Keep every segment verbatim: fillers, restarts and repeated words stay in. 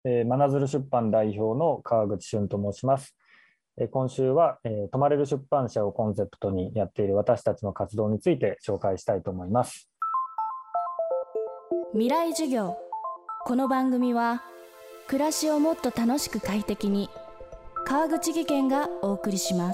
えー、真鶴出版代表の川口俊と申します。えー、今週は、えー、泊まれる出版社をコンセプトにやっている私たちの活動について紹介したいと思います。 未来授業。この番組は暮らしをもっと楽しく快適に、川口義賢がお送りします。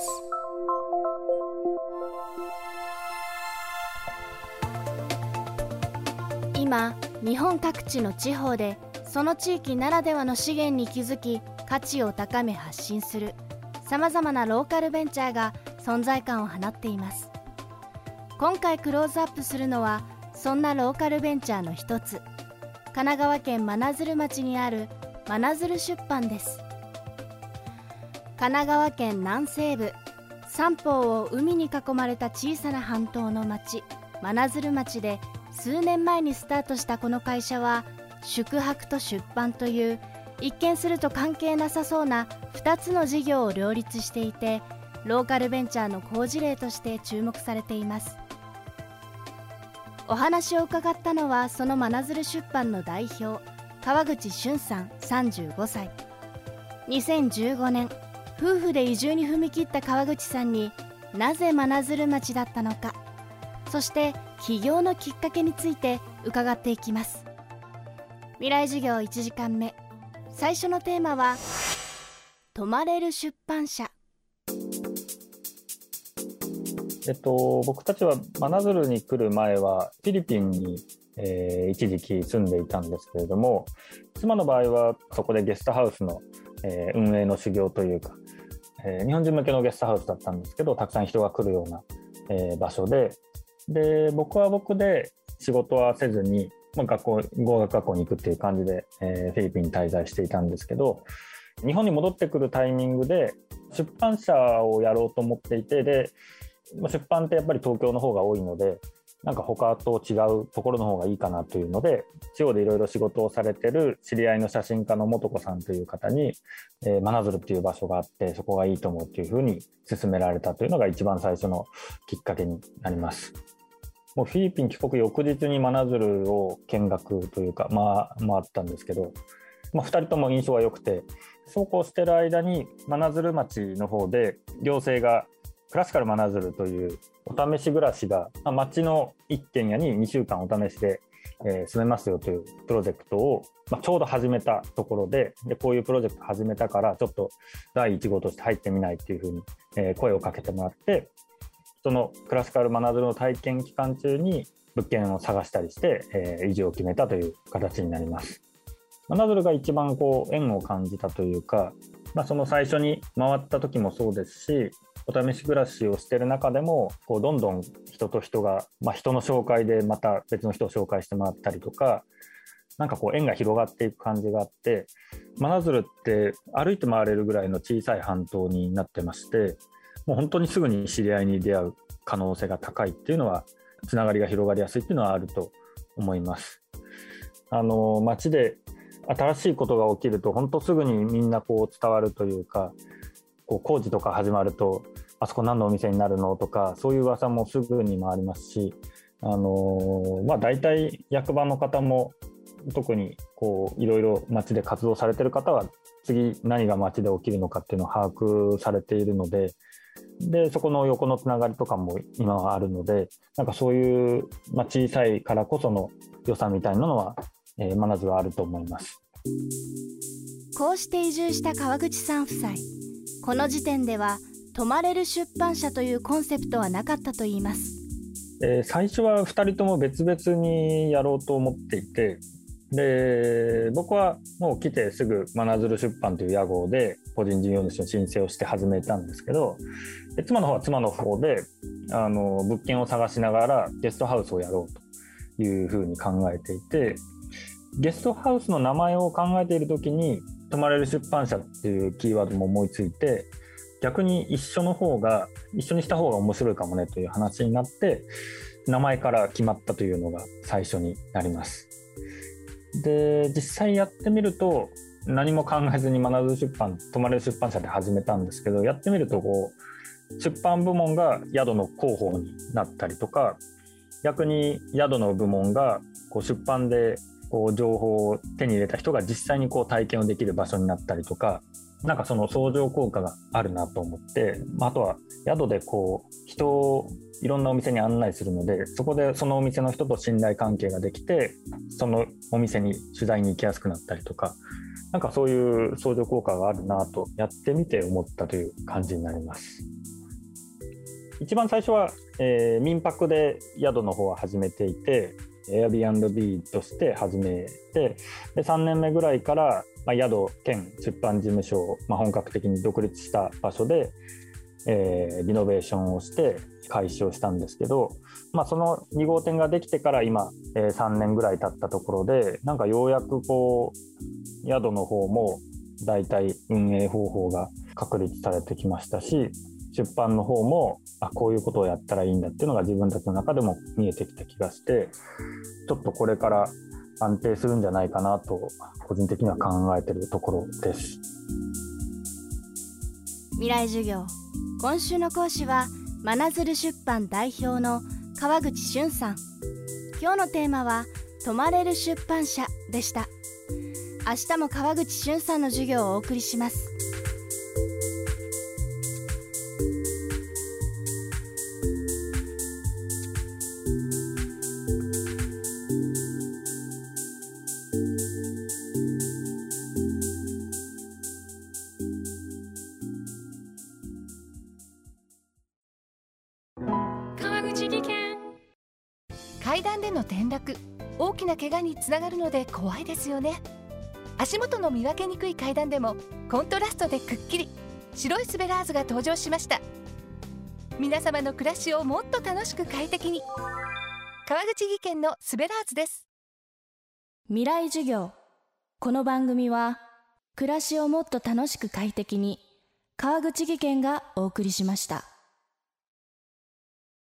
今、日本各地の地方でその地域ならではの資源に気づき、価値を高め発信するさまざまなローカルベンチャーが存在感を放っています。今回クローズアップするのはそんなローカルベンチャーの一つ、神奈川県真鶴町にある真鶴出版です。神奈川県南西部、三方を海に囲まれた小さな半島の町、真鶴町で数年前にスタートしたこの会社は、宿泊と出版という一見すると関係なさそうなふたつの事業を両立していて、ローカルベンチャーの好事例として注目されています。お話を伺ったのは、その真鶴出版の代表、川口俊さんさんじゅうごさい。にせんじゅうごねん、夫婦で移住に踏み切った川口さんに、なぜ真鶴町だったのか、そして起業のきっかけについて伺っていきます。未来授業いちじかんめ、最初のテーマは泊まれる出版社。 えっと、僕たちは真鶴に来る前はフィリピンに、えー、一時期住んでいたんですけれども、妻の場合はそこでゲストハウスの、えー、運営の修行というか、えー、日本人向けのゲストハウスだったんですけど、たくさん人が来るような、えー、場所で、で僕は僕で仕事はせずに、まあ、学校語学学校に行くっていう感じで、えー、フィリピンに滞在していたんですけど、日本に戻ってくるタイミングで出版社をやろうと思っていて、で出版ってやっぱり東京の方が多いので、なんか他と違うところの方がいいかなというので、地方でいろいろ仕事をされてる知り合いの写真家の素子さんという方に、えー、真鶴っていう場所があって、そこがいいと思うっていうふうに勧められたというのが一番最初のきっかけになります。もうフィリピン帰国翌日に真鶴を見学というか、まあ、回ったんですけど、まあ、ふたりとも印象が良くて、そうこうしてる間に真鶴町の方で行政がクラシカル真鶴というお試し暮らしが、まあ、町の一軒家ににしゅうかんお試しで、えー、住めますよというプロジェクトを、まあ、ちょうど始めたところで、でこういうプロジェクト始めたからちょっとだいいち号として入ってみないっていうふうに、えー、声をかけてもらって、そのクラシカル真鶴の体験期間中に物件を探したりして、えー、移住を決めたという形になります。真鶴が一番こう縁を感じたというか、まあ、その最初に回った時もそうですし、お試し暮らしをしている中でもこうどんどん人と人が、まあ、人の紹介でまた別の人を紹介してもらったりとか、なんかこう縁が広がっていく感じがあって、真鶴って歩いて回れるぐらいの小さい半島になってまして、もう本当にすぐに知り合いに出会う可能性が高いっていうのは、つながりが広がりやすいっていうのはあると思います。あの街で新しいことが起きると本当すぐにみんなこう伝わるというか、こう工事とか始まるとあそこ何のお店になるのとか、そういう噂もすぐに回りますし、あのまあ大体役場の方も特にこういろいろ街で活動されている方は次何が街で起きるのかっていうのを把握されているので、でそこの横のつながりとかも今はあるので、なんかそういう、まあ、小さいからこその良さみたいなのは、えー、真鶴はあると思います。 こうして移住した川口さん夫妻、この時点では泊まれる出版社というコンセプトはなかったといいます。 えー、最初はふたりとも別々にやろうと思っていて、で僕はもう来てすぐ真鶴出版という屋号で個人事業主の申請をして始めたんですけど、で妻の方は妻の方であの物件を探しながらゲストハウスをやろうというふうに考えていて、ゲストハウスの名前を考えている時に泊まれる出版社っていうキーワードも思いついて、逆に一緒の方が一緒にした方が面白いかもねという話になって、名前から決まったというのが最初になります。で実際やってみると何も考えずに真鶴出版泊まれる出版社で始めたんですけど、やってみるとこう出版部門が宿の広報になったりとか、逆に宿の部門がこう出版でこう情報を手に入れた人が実際にこう体験をできる場所になったりとか、なんかその相乗効果があるなと思って、あとは宿でこう人をいろんなお店に案内するので、そこでそのお店の人と信頼関係ができて、そのお店に取材に行きやすくなったりとか、なんかそういう相乗効果があるなとやってみて思ったという感じになります。一番最初は、えー、民泊で宿の方は始めていて、Airbnb として始めて、でさんねんめぐらいから、まあ、宿兼出版事務所を、まあ、本格的に独立した場所で、えー、リノベーションをして開始をしたんですけど、まあ、そのに号店ができてから今、えー、さんねんぐらい経ったところで、なんかようやくこう宿の方もだいたい運営方法が確立されてきましたし、出版の方もあこういうことをやったらいいんだっていうのが自分たちの中でも見えてきた気がして、ちょっとこれから安定するんじゃないかなと個人的には考えているところです。 未来授業、今週の講師は真鶴出版代表の川口俊さん。今日のテーマは泊まれる出版社でした。明日も川口俊さんの授業をお送りします。 階段での転落、大きな怪我につながるので怖いですよね。足元の見分けにくい階段でもコントラストでくっきり白いスベラーズが登場しました。皆様の暮らしをもっと楽しく快適に、川口技研のスベラーズです。 未来授業、この番組は暮らしをもっと楽しく快適に、川口技研がお送りしました。